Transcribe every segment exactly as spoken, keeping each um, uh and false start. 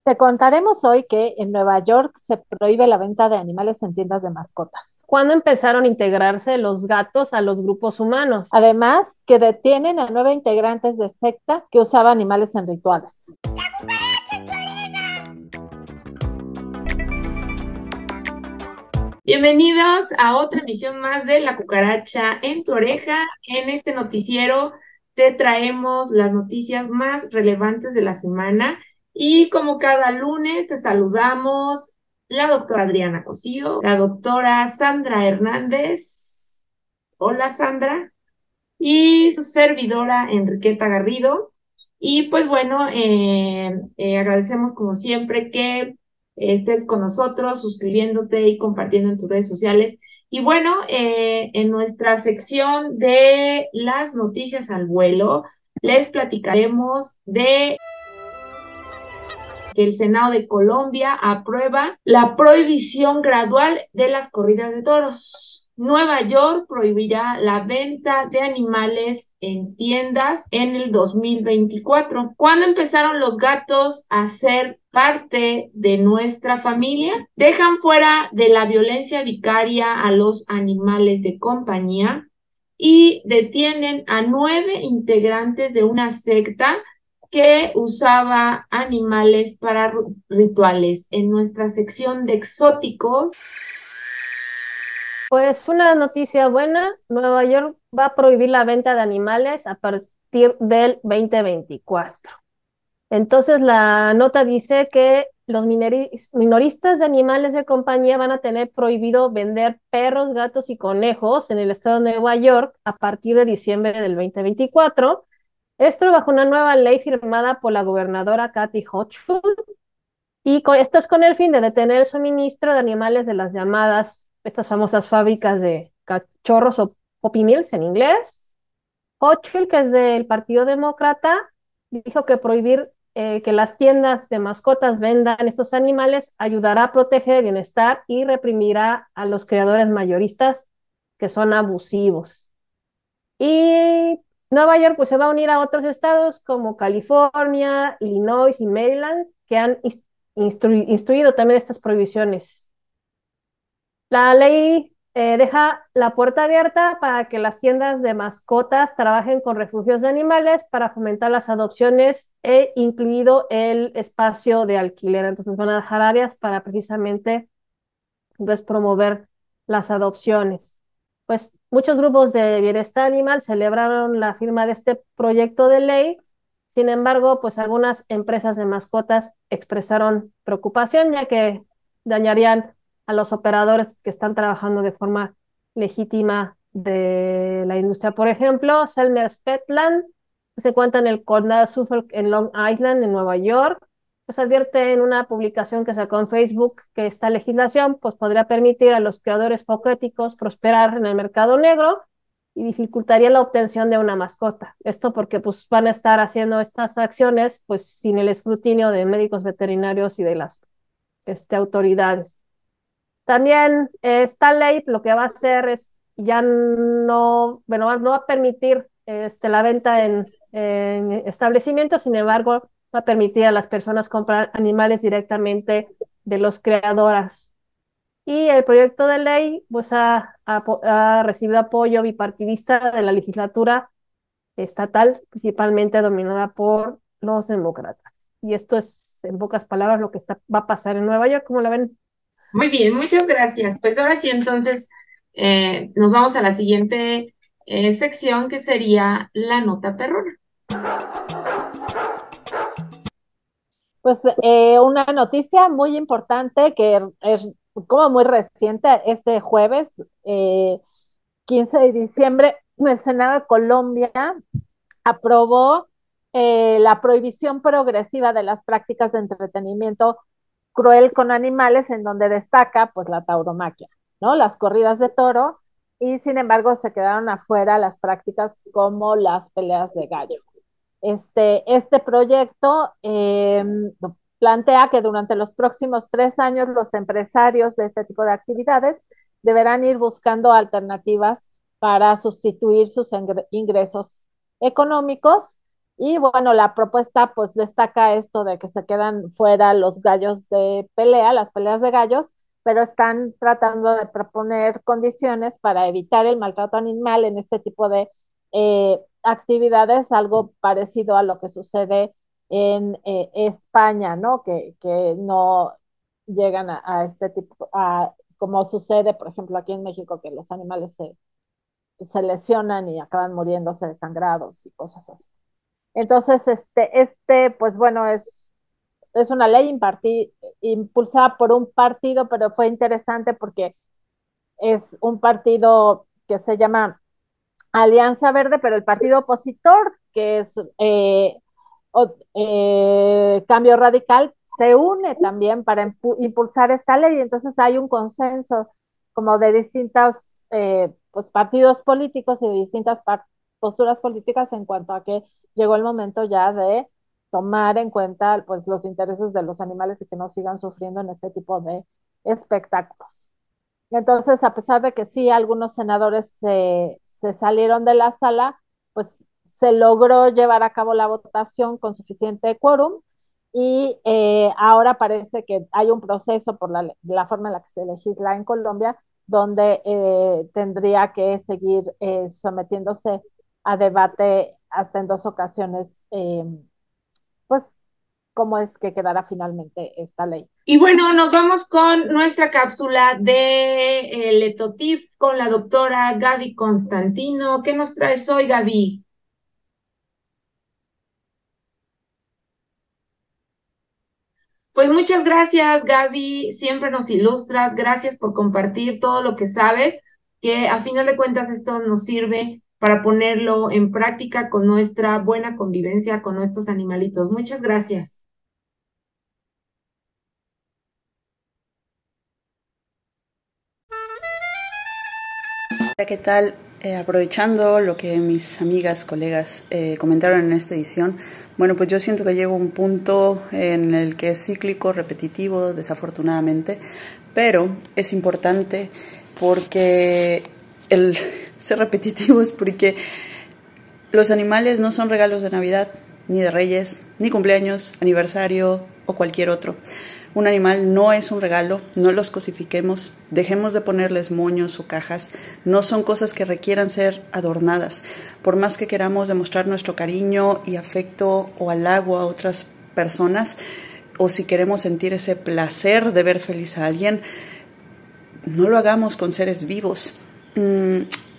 Te contaremos hoy que en Nueva York se prohíbe la venta de animales en tiendas de mascotas. ¿Cuándo empezaron a integrarse los gatos a los grupos humanos? Además, que detienen a nueve integrantes de secta que usaba animales en rituales. Bienvenidos a otra emisión más de La Cucaracha en tu oreja. En este noticiero te traemos las noticias más relevantes de la semana y como cada lunes te saludamos la doctora Adriana Cosío, la doctora Sandra Hernández. Hola Sandra y su servidora Enriqueta Garrido. Y pues bueno, eh, eh, agradecemos como siempre que estés con nosotros, suscribiéndote y compartiendo en tus redes sociales. Y bueno, eh, en nuestra sección de las noticias al vuelo, les platicaremos de que el Senado de Colombia aprueba la prohibición gradual de las corridas de toros. Nueva York prohibirá la venta de animales en tiendas en el dos mil veinticuatro. ¿Cuándo empezaron los gatos a ser parte de nuestra familia? Dejan fuera de la violencia vicaria a los animales de compañía y detienen a nueve integrantes de una secta que usaba animales para rituales. En nuestra sección de exóticos, Pues una noticia buena, Nueva York va a prohibir la venta de animales a partir del dos mil veinticuatro. Entonces la nota dice que los mineri- minoristas de animales de compañía van a tener prohibido vender perros, gatos y conejos en el estado de Nueva York a partir de diciembre del dos mil veinticuatro. Esto bajo una nueva ley firmada por la gobernadora Kathy Hochul. Y con, esto es con el fin de detener el suministro de animales de las llamadas, estas famosas fábricas de cachorros o puppy mills en inglés. Hochul, que es del Partido Demócrata, dijo que prohibir eh, que las tiendas de mascotas vendan estos animales ayudará a proteger el bienestar y reprimirá a los creadores mayoristas que son abusivos. Y Nueva York pues se va a unir a otros estados como California, Illinois y Maryland que han instru instruido también estas prohibiciones. La ley eh, deja la puerta abierta para que las tiendas de mascotas trabajen con refugios de animales para fomentar las adopciones e incluido el espacio de alquiler. Entonces van a dejar áreas para precisamente pues, promover las adopciones. Pues muchos grupos de bienestar animal celebraron la firma de este proyecto de ley. Sin embargo, pues algunas empresas de mascotas expresaron preocupación ya que dañarían a los operadores que están trabajando de forma legítima de la industria. Por ejemplo, Selmer's Petland, que se encuentra en el condado de Suffolk en Long Island, en Nueva York, pues advierte en una publicación que sacó en Facebook que esta legislación pues podría permitir a los creadores poco éticos prosperar en el mercado negro y dificultaría la obtención de una mascota. Esto porque pues van a estar haciendo estas acciones pues sin el escrutinio de médicos veterinarios y de las este, autoridades. También eh, esta ley lo que va a hacer es ya no, bueno, no va a permitir este, la venta en, en establecimientos, sin embargo, va a permitir a las personas comprar animales directamente de los creadoras. Y el proyecto de ley pues, ha, ha, ha recibido apoyo bipartidista de la legislatura estatal, principalmente dominada por los demócratas. Y esto es, en pocas palabras, lo que está, va a pasar en Nueva York, como la ven. muy bien, muchas gracias. Pues ahora sí, entonces eh, nos vamos a la siguiente eh, sección que sería la nota perrona. Pues eh, una noticia muy importante que es como muy reciente, este jueves, eh, quince de diciembre, el Senado de Colombia aprobó eh, la prohibición progresiva de las prácticas de entretenimiento cruel con animales, en donde destaca pues la tauromaquia, ¿no? Las corridas de toro, y sin embargo se quedaron afuera las prácticas como las peleas de gallo. Este, este proyecto eh, plantea que durante los próximos tres años los empresarios de este tipo de actividades deberán ir buscando alternativas para sustituir sus ingresos económicos Y bueno, la propuesta pues destaca esto de que se quedan fuera los gallos de pelea, las peleas de gallos, pero están tratando de proponer condiciones para evitar el maltrato animal en este tipo de eh, actividades, algo parecido a lo que sucede en eh, España, ¿no? Que, que no llegan a, a este tipo, a, como sucede, por ejemplo, aquí en México, que los animales se, se lesionan y acaban muriéndose desangrados y cosas así. Entonces, este, este, pues bueno, es, es una ley impartí, impulsada por un partido, pero fue interesante porque es un partido que se llama Alianza Verde, pero el partido opositor, que es eh, o, eh, Cambio Radical, se une también para impulsar esta ley. Entonces hay un consenso como de distintos eh, pues, partidos políticos y de distintas posturas políticas en cuanto a que llegó el momento ya de tomar en cuenta pues, los intereses de los animales y que no sigan sufriendo en este tipo de espectáculos. Entonces, a pesar de que sí, algunos senadores se, se salieron de la sala, pues se logró llevar a cabo la votación con suficiente quórum y eh, ahora parece que hay un proceso por la, la, forma en la que se legisla en Colombia, donde eh, tendría que seguir eh, sometiéndose a debate hasta en dos ocasiones, eh, pues cómo es que quedará finalmente esta ley. Y bueno, nos vamos con nuestra cápsula de eh, Letotip con la doctora Gaby Constantino. ¿Qué nos traes hoy, Gaby? Pues muchas gracias, Gaby. Siempre nos ilustras. Gracias por compartir todo lo que sabes, que a final de cuentas esto nos sirve para ponerlo en práctica con nuestra buena convivencia con nuestros animalitos. Muchas gracias. Hola, ¿qué tal? Eh, aprovechando lo que mis amigas, colegas eh, comentaron en esta edición, bueno, pues yo siento que llego a un punto en el que es cíclico, repetitivo, desafortunadamente, pero es importante porque el ser repetitivo es porque los animales no son regalos de Navidad, ni de Reyes, ni cumpleaños, aniversario o cualquier otro. Un animal no es un regalo, no los cosifiquemos, dejemos de ponerles moños o cajas, no son cosas que requieran ser adornadas. Por más que queramos demostrar nuestro cariño y afecto o halago a otras personas, o si queremos sentir ese placer de ver feliz a alguien, no lo hagamos con seres vivos. Mm,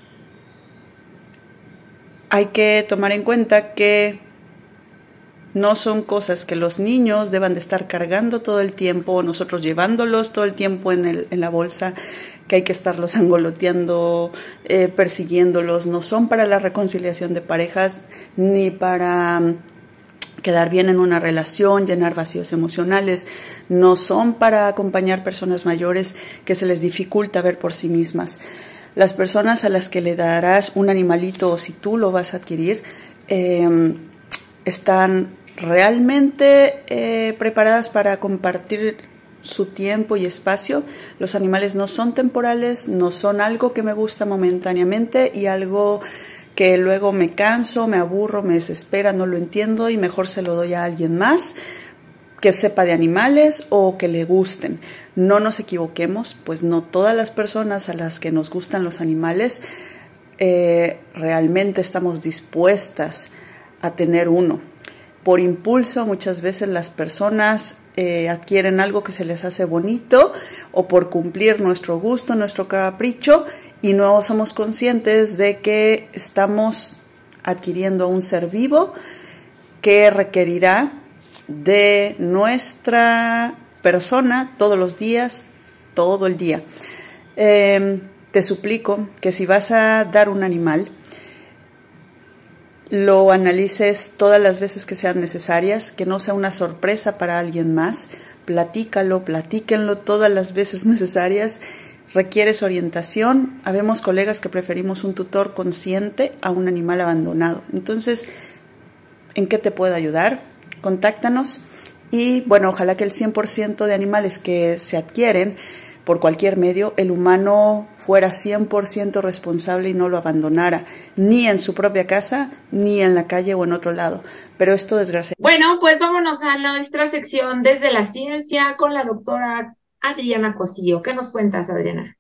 hay que tomar en cuenta que no son cosas que los niños deban de estar cargando todo el tiempo, nosotros llevándolos todo el tiempo en, el, en la bolsa, que hay que estarlos angoloteando, eh, persiguiéndolos. No son para la reconciliación de parejas, ni para quedar bien en una relación, llenar vacíos emocionales. No son para acompañar personas mayores que se les dificulta ver por sí mismas. Las personas a las que le darás un animalito, o si tú lo vas a adquirir, eh, están realmente eh, preparadas para compartir su tiempo y espacio. Los animales no son temporales, no son algo que me gusta momentáneamente y algo que luego me canso, me aburro, me desespera, no lo entiendo y mejor se lo doy a alguien más que sepa de animales o que le gusten. No nos equivoquemos, pues no todas las personas a las que nos gustan los animales eh, realmente estamos dispuestas a tener uno. Por impulso, muchas veces las personas eh, adquieren algo que se les hace bonito o por cumplir nuestro gusto, nuestro capricho, y no somos conscientes de que estamos adquiriendo un ser vivo que requerirá de nuestra persona todos los días, todo el día. Eh, te suplico que si vas a dar un animal, lo analices todas las veces que sean necesarias, que no sea una sorpresa para alguien más. Platícalo, platíquenlo todas las veces necesarias. Requieres orientación. Habemos colegas que preferimos un tutor consciente a un animal abandonado. Entonces, ¿en qué te puedo ayudar? Contáctanos y, bueno, ojalá que el cien por ciento de animales que se adquieren por cualquier medio, el humano fuera cien por ciento responsable y no lo abandonara, ni en su propia casa, ni en la calle o en otro lado. Pero esto desgraciadamente... Bueno, pues vámonos a nuestra sección desde la ciencia con la doctora Adriana Cosío. ¿Qué nos cuentas, Adriana?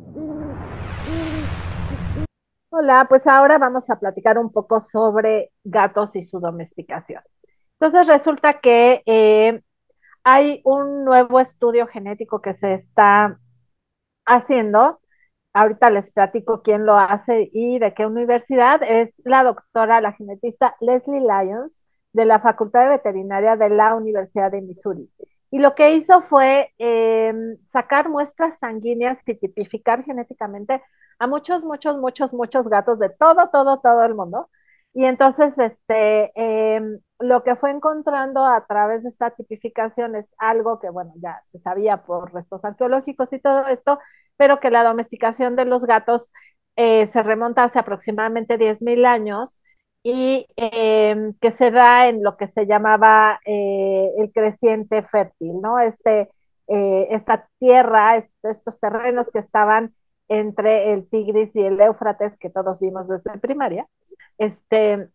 Hola, pues ahora vamos a platicar un poco sobre gatos y su domesticación. Entonces resulta que eh, hay un nuevo estudio genético que se está haciendo. Ahorita les platico quién lo hace y de qué universidad. Es la doctora, la genetista Leslie Lyons, de la Facultad de Veterinaria de la Universidad de Missouri. Y lo que hizo fue eh, sacar muestras sanguíneas y tipificar genéticamente a muchos, muchos, muchos, muchos gatos de todo, todo, todo el mundo. Y entonces, este, eh, lo que fue encontrando a través de esta tipificación es algo que, bueno, ya se sabía por restos arqueológicos y todo esto, pero que la domesticación de los gatos eh, se remonta hace aproximadamente diez mil años y eh, que se da en lo que se llamaba eh, el creciente fértil, ¿no? Este, eh, esta tierra, est estos terrenos que estaban entre el Tigris y el Éufrates, que todos vimos desde primaria, este,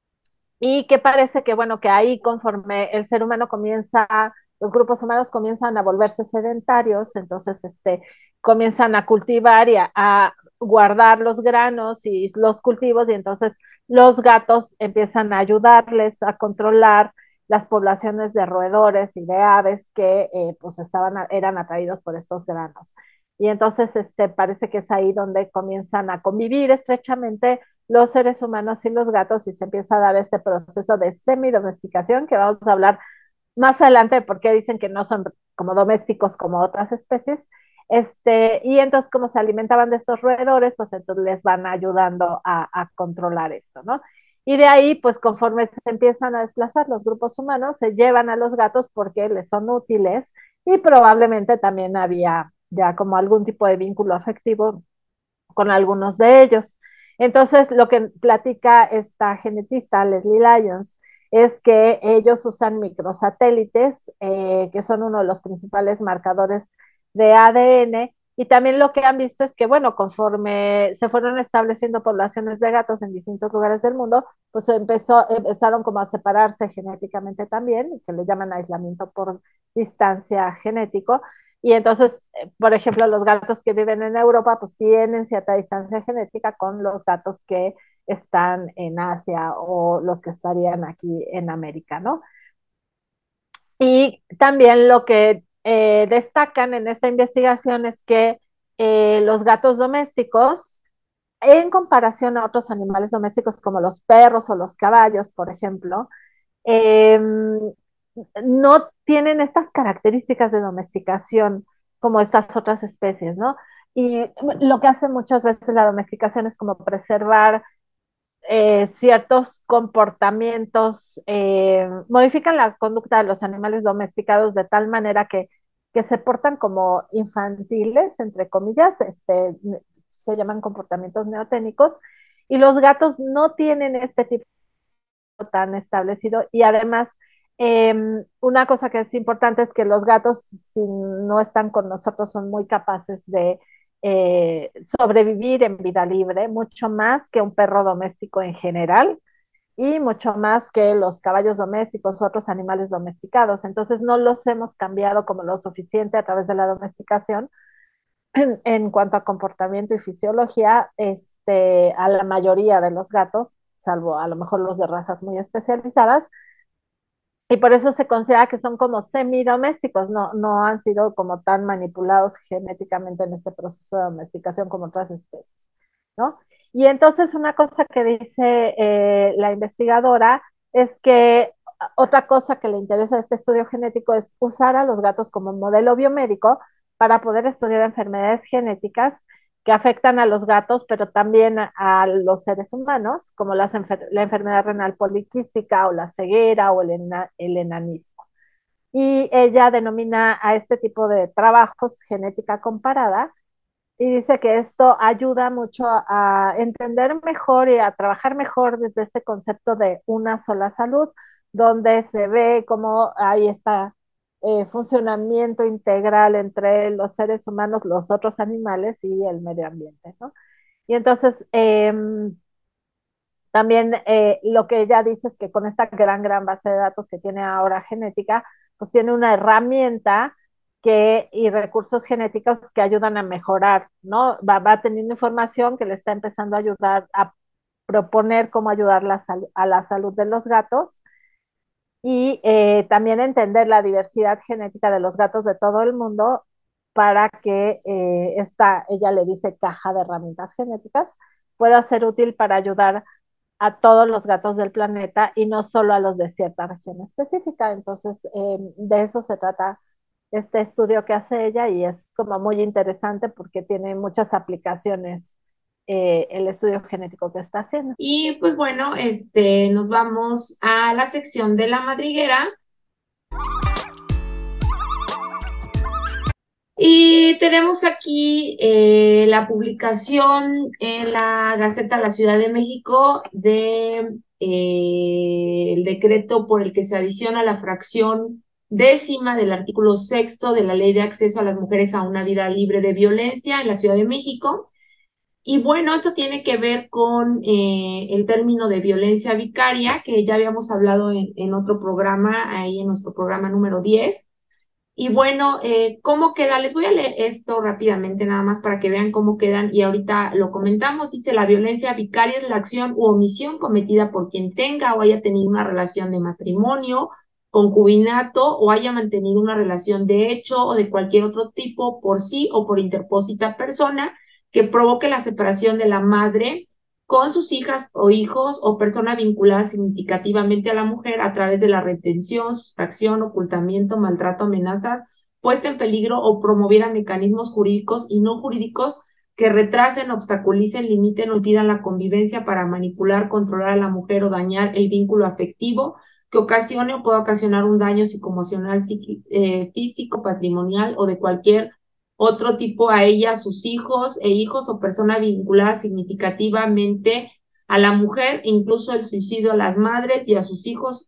y que parece que, bueno, que ahí conforme el ser humano comienza, los grupos humanos comienzan a volverse sedentarios, entonces este, comienzan a cultivar y a, a guardar los granos y los cultivos, y entonces los gatos empiezan a ayudarles a controlar las poblaciones de roedores y de aves que eh, pues estaban, eran atraídos por estos granos. Y entonces este, parece que es ahí donde comienzan a convivir estrechamente los seres humanos y los gatos y se empieza a dar este proceso de semidomesticación que vamos a hablar más adelante porque dicen que no son como domésticos como otras especies. Este, y entonces como se alimentaban de estos roedores, pues entonces les van ayudando a, a controlar esto, ¿no? Y de ahí, pues conforme se empiezan a desplazar los grupos humanos, se llevan a los gatos porque les son útiles y probablemente también había ya como algún tipo de vínculo afectivo con algunos de ellos. Entonces, lo que platica esta genetista, Leslie Lyons, es que ellos usan microsatélites, eh, que son uno de los principales marcadores de A D N, y también lo que han visto es que, bueno, conforme se fueron estableciendo poblaciones de gatos en distintos lugares del mundo, pues empezó, empezaron como a separarse genéticamente también, que le llaman aislamiento por distancia genético, y entonces, por ejemplo, los gatos que viven en Europa, pues tienen cierta distancia genética con los gatos que están en Asia o los que estarían aquí en América, ¿no? Y también lo que eh, destacan en esta investigación es que eh, los gatos domésticos, en comparación a otros animales domésticos como los perros o los caballos, por ejemplo, eh, no tienen estas características de domesticación como estas otras especies, ¿no? Y lo que hace muchas veces la domesticación es como preservar eh, ciertos comportamientos, eh, modifican la conducta de los animales domesticados de tal manera que, que se portan como infantiles, entre comillas, este, se llaman comportamientos neoténicos, y los gatos no tienen este tipo tan establecido y además eh, una cosa que es importante es que los gatos si no están con nosotros son muy capaces de eh, sobrevivir en vida libre, mucho más que un perro doméstico en general y mucho más que los caballos domésticos u otros animales domesticados. Entonces no los hemos cambiado como lo suficiente a través de la domesticación en, en cuanto a comportamiento y fisiología, este, a la mayoría de los gatos, salvo a lo mejor los de razas muy especializadas, y por eso se considera que son como semidomésticos, no, no han sido como tan manipulados genéticamente en este proceso de domesticación como otras especies, ¿no? Y entonces una cosa que dice eh, la investigadora es que otra cosa que le interesa a este estudio genético es usar a los gatos como modelo biomédico para poder estudiar enfermedades genéticas que afectan a los gatos, pero también a, a los seres humanos, como las enfer la enfermedad renal poliquística o la ceguera o el, ena el enanismo. Y ella denomina a este tipo de trabajos genética comparada y dice que esto ayuda mucho a entender mejor y a trabajar mejor desde este concepto de una sola salud, donde se ve cómo hay esta eh, funcionamiento integral entre los seres humanos, los otros animales y el medio ambiente, ¿no? Y entonces, eh, también eh, lo que ella dice es que con esta gran, gran base de datos que tiene ahora genética, pues tiene una herramienta que, y recursos genéticos que ayudan a mejorar, ¿no? Va, va teniendo información que le está empezando a ayudar a proponer cómo ayudar la a la salud de los gatos y eh, también entender la diversidad genética de los gatos de todo el mundo para que eh, esta, ella le dice caja de herramientas genéticas, pueda ser útil para ayudar a todos los gatos del planeta y no solo a los de cierta región específica. Entonces, eh, de eso se trata este estudio que hace ella y es como muy interesante porque tiene muchas aplicaciones eh, el estudio genético que está haciendo. Y pues bueno, este, nos vamos a la sección de la madriguera. Y tenemos aquí eh, la publicación en la Gaceta de la Ciudad de México de eh, el decreto por el que se adiciona la fracción décima del artículo sexto de la Ley de Acceso a las Mujeres a una Vida Libre de Violencia en la Ciudad de México. Y bueno, esto tiene que ver con eh, el término de violencia vicaria, que ya habíamos hablado en, en otro programa, ahí en nuestro programa número diez. Y bueno, eh, ¿cómo queda? Les voy a leer esto rápidamente, nada más para que vean cómo quedan, y ahorita lo comentamos. Dice: la violencia vicaria es la acción u omisión cometida por quien tenga o haya tenido una relación de matrimonio, concubinato o haya mantenido una relación de hecho o de cualquier otro tipo por sí o por interpósita persona que provoque la separación de la madre con sus hijas o hijos o persona vinculada significativamente a la mujer a través de la retención, sustracción, ocultamiento, maltrato, amenazas, puesta en peligro o promoviera mecanismos jurídicos y no jurídicos que retrasen, obstaculicen, limiten o impidan la convivencia para manipular, controlar a la mujer o dañar el vínculo afectivo que ocasione o pueda ocasionar un daño psicoemocional, psiqui, eh, físico, patrimonial o de cualquier otro tipo a ella, a sus hijos e hijos o persona vinculada significativamente a la mujer, incluso el suicidio a las madres y a sus hijos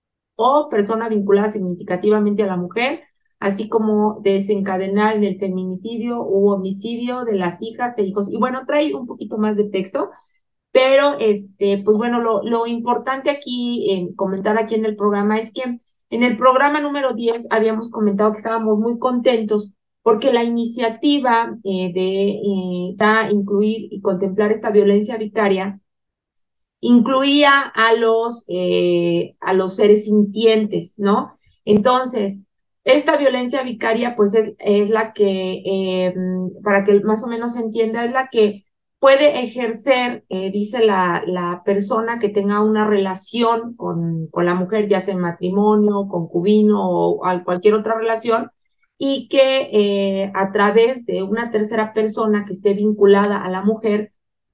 o persona vinculada significativamente a la mujer, así como desencadenar en el feminicidio u homicidio de las hijas e hijos. Y bueno, trae un poquito más de texto, pero este, pues bueno, lo, lo importante aquí, en comentar aquí en el programa es que en el programa número diez habíamos comentado que estábamos muy contentos porque la iniciativa eh, de eh, ya incluir y contemplar esta violencia vicaria incluía a los, eh, a los seres sintientes, ¿no? Entonces, esta violencia vicaria, pues es, es la que, eh, para que más o menos se entienda, es la que puede ejercer, eh, dice la, la persona que tenga una relación con, con la mujer, ya sea en matrimonio, concubino o cualquier otra relación, y que eh, a través de una tercera persona que esté vinculada a la mujer,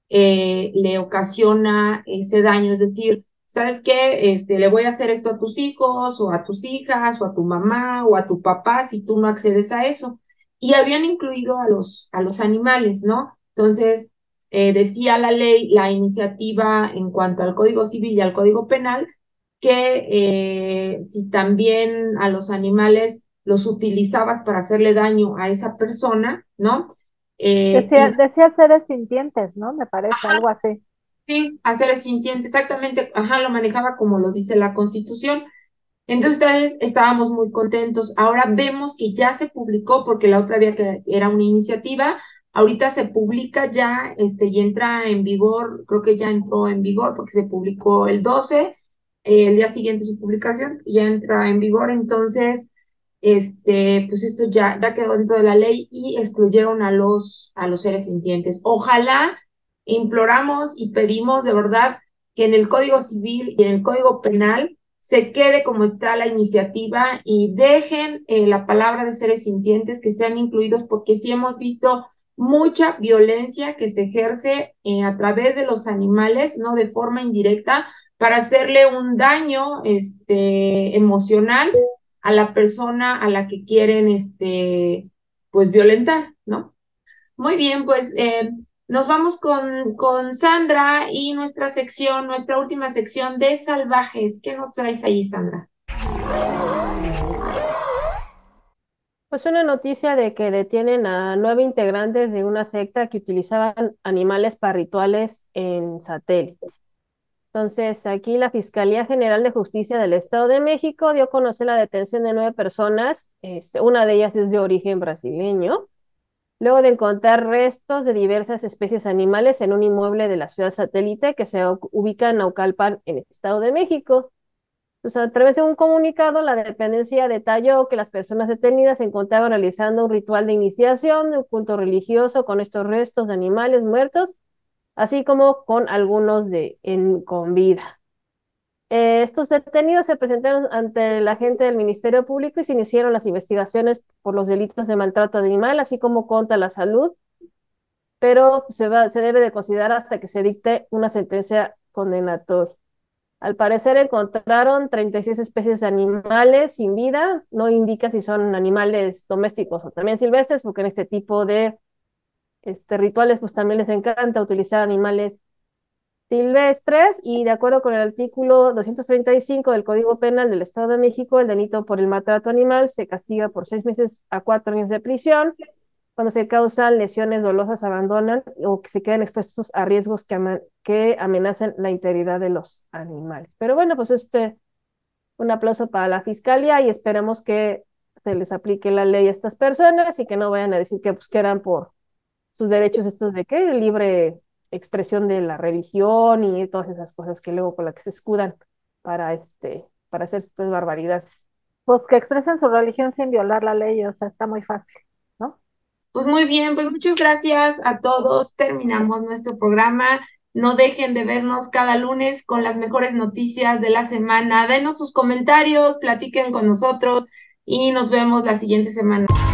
eh, le ocasiona ese daño, es decir, ¿sabes qué? Este, le voy a hacer esto a tus hijos o a tus hijas o a tu mamá o a tu papá si tú no accedes a eso. Y habían incluido a los, a los animales, ¿no? Entonces, eh, decía la ley, la iniciativa en cuanto al Código Civil y al Código Penal, que eh, si también a los animales los utilizabas para hacerle daño a esa persona, ¿no? Eh, Decía, decía seres sintientes, ¿no? Me parece, ajá, algo así. sí, a seres sintientes, exactamente, ajá, lo manejaba como lo dice la Constitución. Entonces, entonces, estábamos muy contentos. Ahora vemos que ya se publicó, porque la otra vía que era una iniciativa, ahorita se publica ya, este, y entra en vigor, creo que ya entró en vigor, porque se publicó el doce, eh, el día siguiente su publicación, ya entra en vigor, entonces, este, pues esto ya, ya quedó dentro de la ley y excluyeron a los, a los seres sintientes. Ojalá, imploramos y pedimos de verdad que en el Código Civil y en el Código Penal se quede como está la iniciativa y dejen eh, la palabra de seres sintientes que sean incluidos, porque sí hemos visto mucha violencia que se ejerce eh, a través de los animales, no de forma indirecta, para hacerle un daño este, emocional a la persona a la que quieren este, pues violentar, ¿no? Muy bien, pues eh, nos vamos con, con Sandra y nuestra sección, nuestra última sección de salvajes. ¿Qué nos traes ahí, Sandra? Pues una noticia de que detienen a nueve integrantes de una secta que utilizaban animales para rituales en satélite. Entonces, aquí la Fiscalía General de Justicia del Estado de México dio a conocer la detención de nueve personas, este, una de ellas es de origen brasileño, luego de encontrar restos de diversas especies animales en un inmueble de la ciudad satélite que se ubica en Naucalpan, en el Estado de México. Pues a través de un comunicado, la dependencia detalló que las personas detenidas se encontraban realizando un ritual de iniciación de un culto religioso con estos restos de animales muertos, así como con algunos de en, con vida. Eh, estos detenidos se presentaron ante el agente del Ministerio Público y se iniciaron las investigaciones por los delitos de maltrato animal, así como contra la salud, pero se, va, se debe de considerar hasta que se dicte una sentencia condenatoria. Al parecer encontraron treinta y seis especies de animales sin vida, no indica si son animales domésticos o también silvestres, porque en este tipo de este, rituales pues también les encanta utilizar animales silvestres y de acuerdo con el artículo doscientos treinta y cinco del Código Penal del Estado de México, el delito por el maltrato animal se castiga por seis meses a cuatro años de prisión cuando se causan lesiones dolosas, abandonan o que se quedan expuestos a riesgos que, ama que amenacen la integridad de los animales. Pero bueno, pues este, un aplauso para la Fiscalía y esperemos que se les aplique la ley a estas personas y que no vayan a decir que pues que eran por sus derechos estos de qué, libre expresión de la religión y todas esas cosas que luego con las que se escudan para este, para hacer estas barbaridades. Pues que expresen su religión sin violar la ley, o sea, está muy fácil, ¿no? Pues muy bien, pues muchas gracias a todos. Terminamos nuestro programa. No dejen de vernos cada lunes con las mejores noticias de la semana. Denos sus comentarios, platiquen con nosotros y nos vemos la siguiente semana.